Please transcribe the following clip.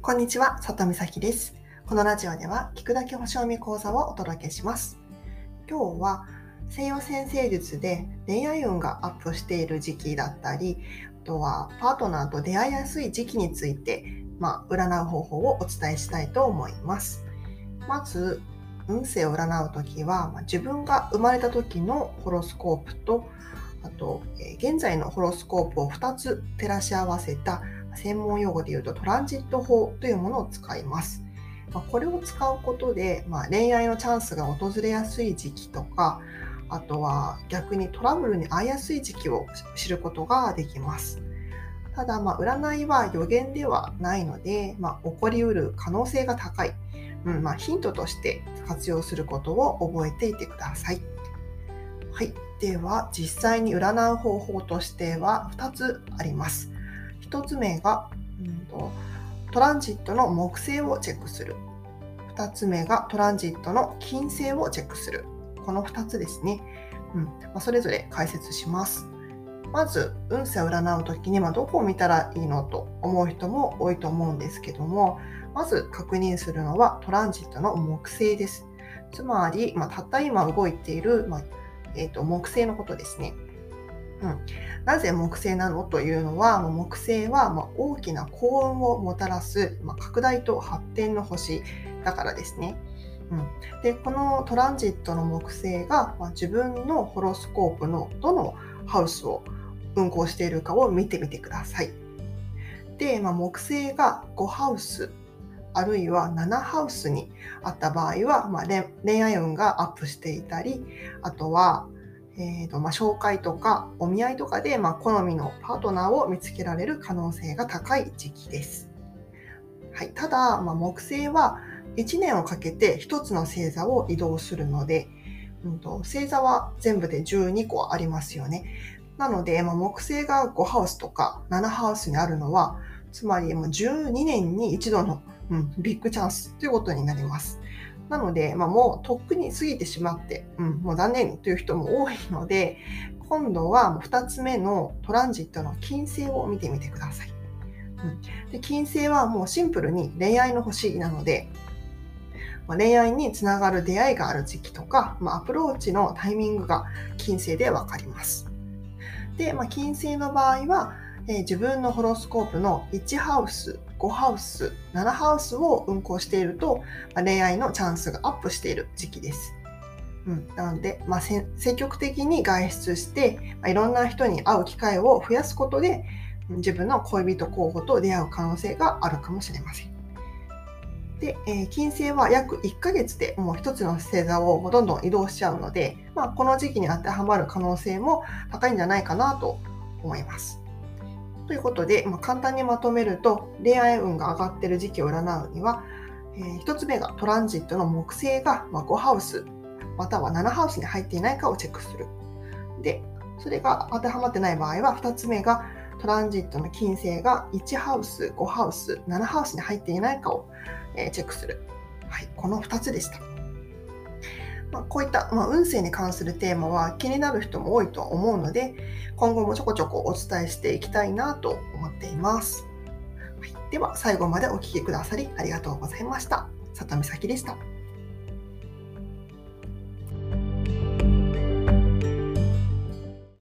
こんにちは、里美咲です。このラジオでは聞くだけ星読み講座をお届けします。今日は西洋占星術で恋愛運がアップしている時期だったり、あとはパートナーと出会いやすい時期について、占う方法をお伝えしたいと思います。まず、運勢を占うときは、自分が生まれた時のホロスコープと、あと、現在のホロスコープを2つ照らし合わせた専門用語でいうとトランジット法というものを使います。これを使うことで、恋愛のチャンスが訪れやすい時期とか、あとは逆にトラブルに遭いやすい時期を知ることができます。ただ、占いは予言ではないので、起こりうる可能性が高い、ヒントとして活用することを覚えていてください。はい、では実際に占う方法としては2つあります。1つ目が、トランジットの木星をチェックする。2つ目がトランジットの金星をチェックする。この2つですね。それぞれ解説します。まず運勢を占うときに、どこを見たらいいのと思う人も多いと思うんですけども、まず確認するのはトランジットの木星です。つまり、たった今動いている、木星のことですね。なぜ木星なのというのは、木星は大きな幸運をもたらす、拡大と発展の星だからですね。でこのトランジットの木星が、自分のホロスコープのどのハウスを運行しているかを見てみてください。で、木星が5ハウスあるいは7ハウスにあった場合は、恋愛運がアップしていたり、あとは紹介とかお見合いとかで、好みのパートナーを見つけられる可能性が高い時期です。はい、ただ、木星は1年をかけて1つの星座を移動するので、星座は全部で12個ありますよね。なので、木星が5ハウスとか7ハウスにあるのは、つまり12年に一度の、ビッグチャンスということになります。なので、もうとっくに過ぎてしまって、もう残念という人も多いので、今度は2つ目のトランジットの金星を見てみてください。で金星はもうシンプルに恋愛の星なので、恋愛につながる出会いがある時期とか、アプローチのタイミングが金星でわかります。で、金星の場合は、自分のホロスコープの1ハウス、5ハウス、7ハウスを運行していると、恋愛のチャンスがアップしている時期です。なので、積極的に外出して、いろんな人に会う機会を増やすことで、自分の恋人候補と出会う可能性があるかもしれません。で、金星は約1ヶ月でもう一つの星座をどんどん移動しちゃうので、この時期に当てはまる可能性も高いんじゃないかなと思います。ということで、簡単にまとめると、恋愛運が上がっている時期を占うには、1つ目がトランジットの木星が5ハウスまたは7ハウスに入っていないかをチェックする。で、それが当てはまってない場合は、2つ目がトランジットの金星が1ハウス、5ハウス、7ハウスに入っていないかをチェックする。はい、この2つでした。こういった、運勢に関するテーマは気になる人も多いと思うので、今後もちょこちょこお伝えしていきたいなと思っています。はい、では最後までお聞きくださりありがとうございました。里美咲でした。